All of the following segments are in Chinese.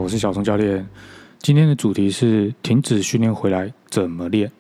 我是小松教练。今天的主题是停止训练回来怎么练。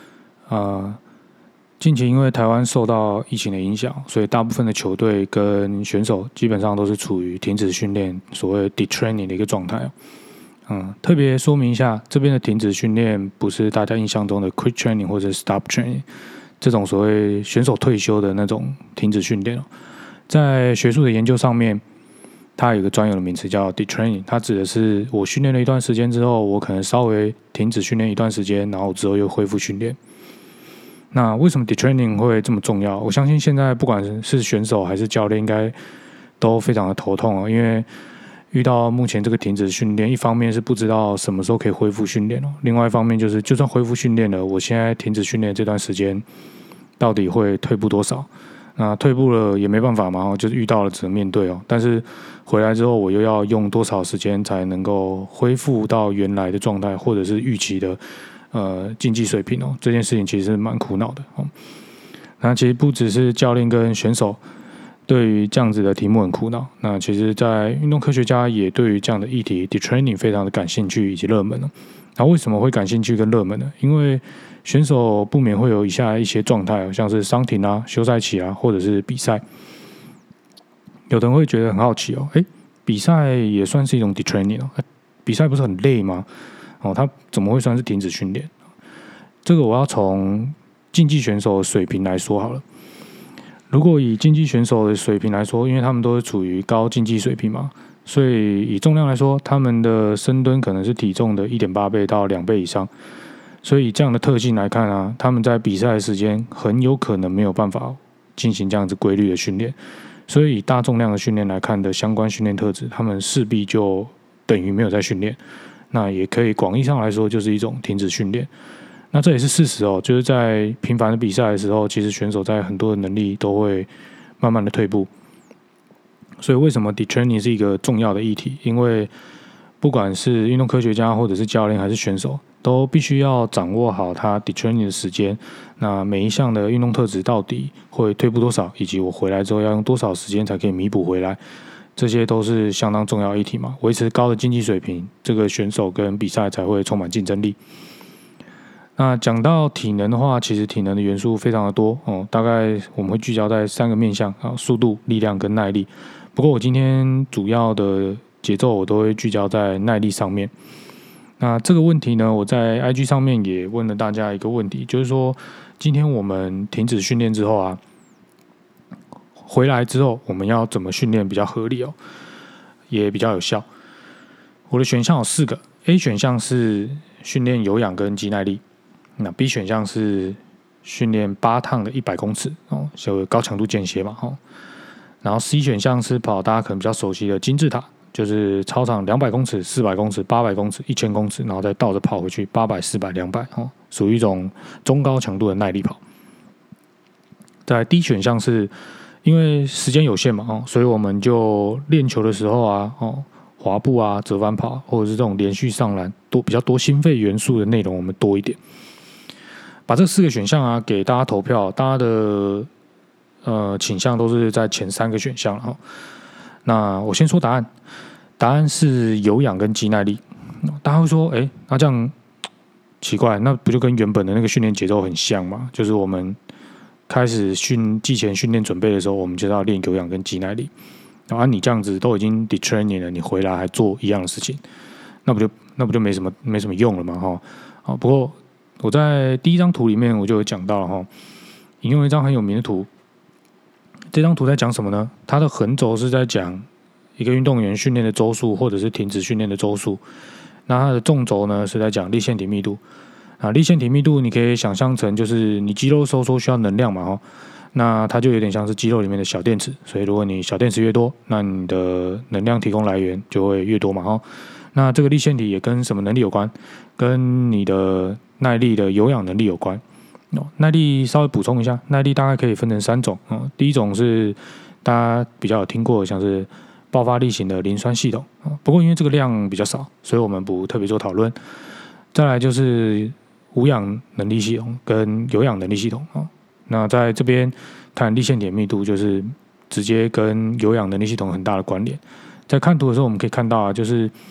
近期因为台湾受到疫情的影响，所以大部分的球队跟选手基本上都是处于停止训练，所谓 detraining 的一个状态。特别说明一下，这边的停止训练不是大家印象中的 quit training 或者 stop training 这种所谓选手退休的那种停止训练。在学术的研究上面，它有一个专有的名词叫 detraining， 它指的是我训练了一段时间之后，我可能稍微停止训练一段时间，然后之后又恢复训练。那为什么 detraining 会这么重要？我相信现在不管是选手还是教练，应该都非常的头痛，因为遇到目前这个停止训练，一方面是不知道什么时候可以恢复训练，另外一方面就是就算恢复训练了，我现在停止训练这段时间到底会退步多少？那退步了也没办法嘛，就是遇到了只能面对。但是回来之后，我又要用多少时间才能够恢复到原来的状态，或者是预期的竞技水平这件事情其实蛮苦恼的。那其实不只是教练跟选手对于这样子的题目很苦恼，那其实在运动科学家也对于这样的议题 detraining 非常的感兴趣以及热门。那为什么会感兴趣跟热门呢？因为选手不免会有以下一些状态，像是伤停啊、休赛期啊，或者是比赛。有的人会觉得很好奇比赛也算是一种 detraining 比赛不是很累吗？它怎么会算是停止训练？这个我要从竞技选手的水平来说好了。如果以竞技选手的水平来说，因为他们都是处于高竞技水平嘛，所以以重量来说，他们的深蹲可能是体重的 1.8 倍到2倍以上。所以以这样的特性来看啊，他们在比赛的时间很有可能没有办法进行这样子规律的训练。所以以大重量的训练来看的相关训练特质，他们势必就等于没有在训练。那也可以广义上来说，就是一种停止训练。那这也是事实就是在频繁的比赛的时候，其实选手在很多的能力都会慢慢的退步。所以为什么 detraining 是一个重要的议题？因为不管是运动科学家或者是教练还是选手，都必须要掌握好他 detraining 的时间。那每一项的运动特质到底会退步多少，以及我回来之后要用多少时间才可以弥补回来，这些都是相当重要的议题嘛。维持高的竞技水平，这个选手跟比赛才会充满竞争力。那讲到体能的话，其实体能的元素非常的多大概我们会聚焦在3个面向速度、力量跟耐力。不过我今天主要的节奏我都会聚焦在耐力上面。那这个问题呢，我在 IG 上面也问了大家一个问题，就是说今天我们停止训练之后啊，回来之后我们要怎么训练比较合理也比较有效。我的选项有4个 ，A 选项是训练有氧跟肌耐力，那 B 选项是训练8趟的100公尺就高强度间歇嘛然后 C 选项是跑大家可能比较熟悉的金字塔，就是操场200公尺、400公尺、800公尺、1000公尺，然后再倒着跑回去800、400、200属于一种中高强度的耐力跑。再来 D 选项是因为时间有限嘛所以我们就练球的时候啊滑步啊、折返跑或者是这种连续上篮比较多心肺元素的内容我们多一点。把这4个选项啊给大家投票，大家的倾向都是在前3个选项那我先说答案，答案是有氧跟肌耐力。大家会说那这样奇怪，那不就跟原本的那个训练节奏很像吗？就是我们开始季前训练准备的时候，我们就要练有氧跟肌耐力。你这样子都已经 detraining 了，你回来还做一样的事情，那不就没什么用了吗不过我在第1张图里面我就有讲到了引用一张很有名的图。这张图在讲什么呢？它的横轴是在讲一个运动员训练的周数或者是停止训练的周数，那它的纵轴呢是在讲粒线体密度。粒线体密度你可以想象成就是你肌肉收缩需要能量嘛那它就有点像是肌肉里面的小电池，所以如果你小电池越多，那你的能量提供来源就会越多嘛那这个粒线体也跟什么能力有关？跟你的耐力的有氧能力有关。耐力稍微补充一下，耐力大概可以分成3种第一种是大家比较有听过的，像是爆发力型的磷酸系统不过因为这个量比较少，所以我们不特别做讨论。再来就是无氧能力系统跟有氧能力系统那在这边看粒线体密度，就是直接跟有氧能力系统很大的关联。在看图的时候，我们可以看到就是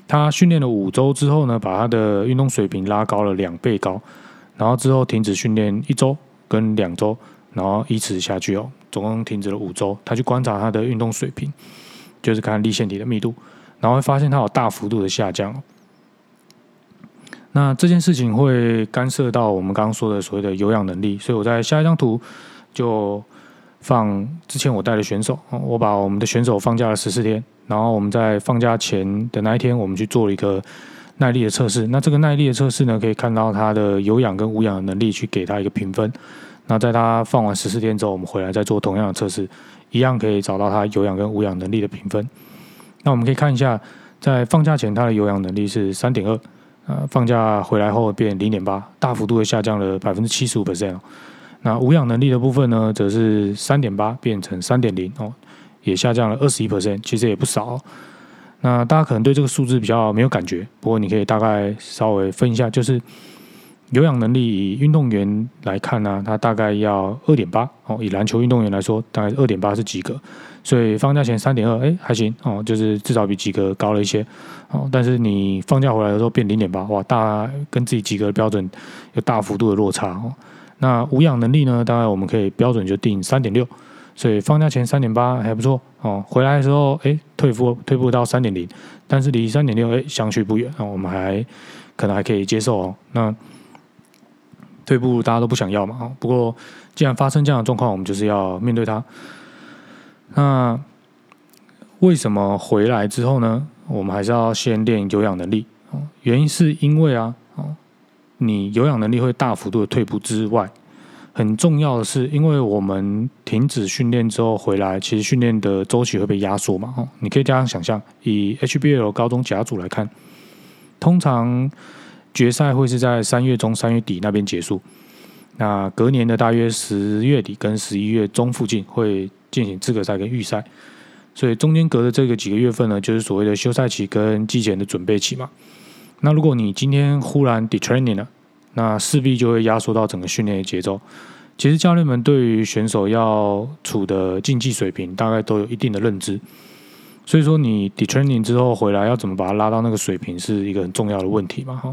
他训练了5周之后呢，把他的运动水平拉高了2倍高，然后之后停止训练1周跟2周，然后依此下去总共停止了5周。他去观察他的运动水平，就是看粒线体的密度，然后会发现他有大幅度的下降那这件事情会干涉到我们刚刚说的所谓的有氧能力，所以我在下一张图就放之前我带的选手，我把我们的选手放假了14天，然后我们在放假前的那一天，我们去做了一个耐力的测试。那这个耐力的测试呢，可以看到他的有氧跟无氧的能力，去给他一个评分。那在他放完14天之后，我们回来再做同样的测试，一样可以找到他有氧跟无氧能力的评分。那我们可以看一下，在放假前他的有氧能力是 3.2，放假回来后变 0.8， 大幅度的下降了 75%。那无氧能力的部分呢，则是 3.8 变成 3.0 也下降了 21%， 其实也不少那大家可能对这个数字比较没有感觉，不过你可以大概稍微分一下，就是有氧能力以运动员来看呢，它大概要 2.8 以篮球运动员来说，大概 2.8 是及格，所以放假前 3.2 还行就是至少比及格高了一些但是你放假回来的时候变 0.8， 哇，跟自己及格的标准有大幅度的落差那无氧能力呢，大概我们可以标准就定 3.6， 所以放假前 3.8 还不错回来的时候退步到 3.0， 但是离 3.6 相去不远我们可能还可以接受那退步大家都不想要嘛不过既然发生这样的状况，我们就是要面对它。那为什么回来之后呢，我们还是要先练有氧能力原因是因为你有氧能力会大幅度的退步之外，很重要的是，因为我们停止训练之后回来，其实训练的周期会被压缩嘛你可以这样想象，以 HBL 高中甲组来看，通常决赛会是在3月中3月底那边结束，那隔年的大约10月底跟11月中附近会进行资格赛跟预赛，所以中间隔的这个几个月份呢，就是所谓的休赛期跟季前的准备期嘛。那如果你今天忽然 detraining 了，那势必就会压缩到整个训练的节奏。其实教练们对于选手要处的竞技水平大概都有一定的认知，所以说你 detraining 之后回来要怎么把它拉到那个水平是一个很重要的问题嘛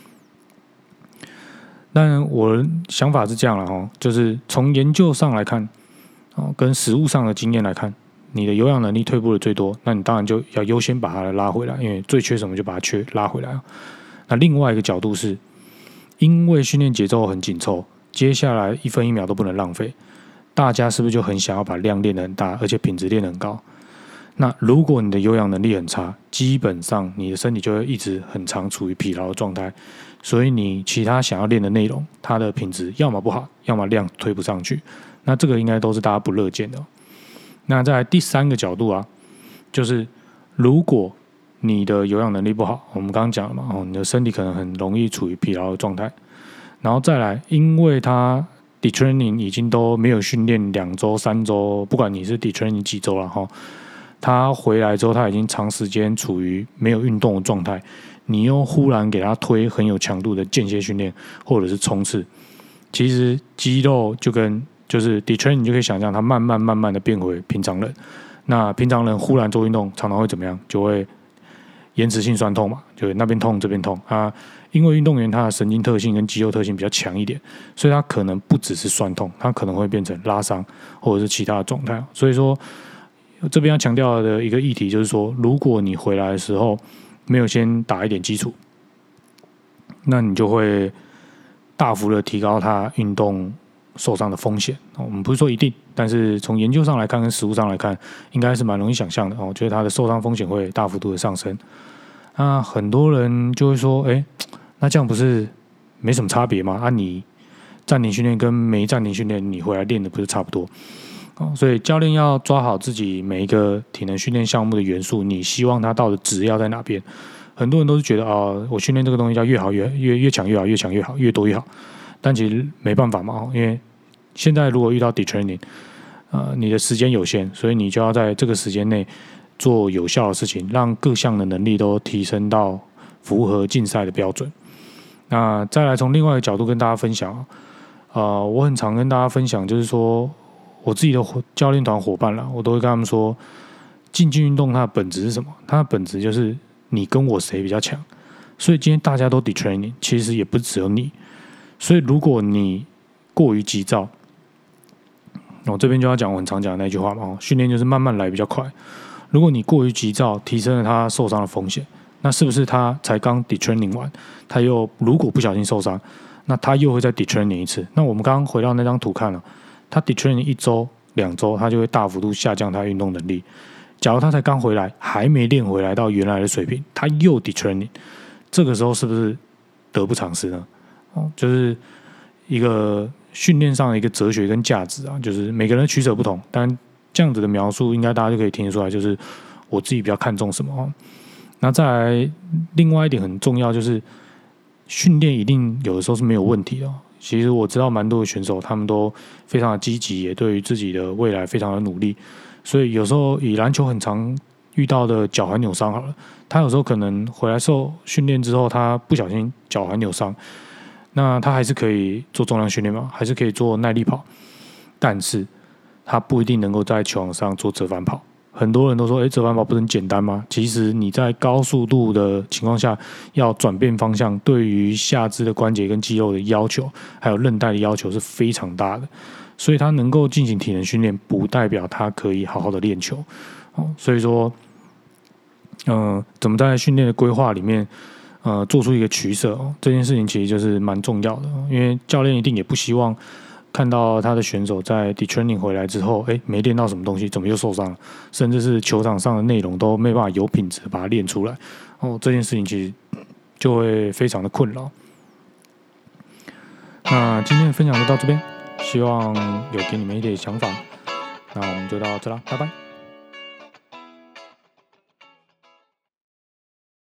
但我的想法是这样啦就是从研究上来看跟实务上的经验来看，你的有氧能力退步的最多，那你当然就要优先把它拉回来，因为最缺什么就把它拉回来那另外一个角度是，因为训练节奏很紧凑，接下来1分1秒都不能浪费，大家是不是就很想要把量练得很大，而且品质练得很高？那如果你的有氧能力很差，基本上你的身体就会一直很常处于疲劳的状态，所以你其他想要练的内容，它的品质要么不好，要么量推不上去。那这个应该都是大家不乐见的那再来第3个角度就是如果你的有氧能力不好，我们刚刚讲了嘛你的身体可能很容易处于疲劳的状态，然后再来，因为他 detraining 已经都没有训练2周3周，不管你是 detraining 几周了他回来之后他已经长时间处于没有运动的状态，你又忽然给他推很有强度的间歇训练或者是冲刺，其实肌肉就是 detraining 你就可以想象它慢慢的变回平常人。那平常人忽然做运动常常会怎么样？就会延迟性酸痛嘛，就那边痛这边痛因为运动员他的神经特性跟肌肉特性比较强一点，所以他可能不只是酸痛，他可能会变成拉伤或者是其他的状态。所以说这边要强调的一个议题就是说，如果你回来的时候没有先打一点基础，那你就会大幅的提高他运动受伤的风险我们不是说一定，但是从研究上来看跟实务上来看，应该是蛮容易想象的我觉得他的受伤风险会大幅度的上升。那很多人就会说那这样不是没什么差别吗你暂停训练跟没暂停训练你回来练的不是差不多所以教练要抓好自己每一个体能训练项目的元素，你希望他到的值要在哪边。很多人都是觉得我训练这个东西要越好越强越好，越强越好，越多越好，但其实没办法嘛因为现在如果遇到 detraining你的时间有限，所以你就要在这个时间内做有效的事情，让各项的能力都提升到符合竞赛的标准。那再来从另外一个角度跟大家分享我很常跟大家分享，就是说我自己的教练团伙伴啦，我都会跟他们说，竞技运动它的本质是什么？它的本质就是你跟我谁比较强。所以今天大家都 detraining， 其实也不只有你。所以如果你过于急躁，我这边就要讲我很常讲的那句话嘛，训练就是慢慢来比较快。如果你过于急躁，提升了他受伤的风险，那是不是他才刚 detraining 完，他又如果不小心受伤，那他又会再 detraining 一次？那我们刚刚回到那张图看了，他 detraining 1周、2周，他就会大幅度下降他运动能力。假如他才刚回来，还没练回来到原来的水平，他又 detraining， 这个时候是不是得不偿失呢？就是一个训练上的一个哲学跟价值啊，就是每个人的取舍不同，但这样子的描述应该大家就可以听得出来，就是我自己比较看重什么。那再来另外一点很重要，就是训练一定有的时候是没有问题的。其实我知道蛮多的选手，他们都非常的积极，也对于自己的未来非常的努力。所以有时候以篮球很常遇到的脚踝扭伤好了，他有时候可能回来受训练之后，他不小心脚踝扭伤，那他还是可以做重量训练嘛，还是可以做耐力跑，但是他不一定能够在球场上做折返跑。很多人都说，折返跑不是很简单吗？其实你在高速度的情况下，要转变方向，对于下肢的关节跟肌肉的要求，还有韧带的要求是非常大的。所以他能够进行体能训练，不代表他可以好好的练球。所以说，怎么在训练的规划里面，做出一个取舍，这件事情其实就是蛮重要的。因为教练一定也不希望看到他的选手在 detraining 回来之后，没练到什么东西，怎么又受伤了？甚至是球场上的内容都没办法有品质把它练出来。这件事情其实就会非常的困扰。那今天的分享就到这边，希望有给你们一点想法。那我们就到这啦，拜拜。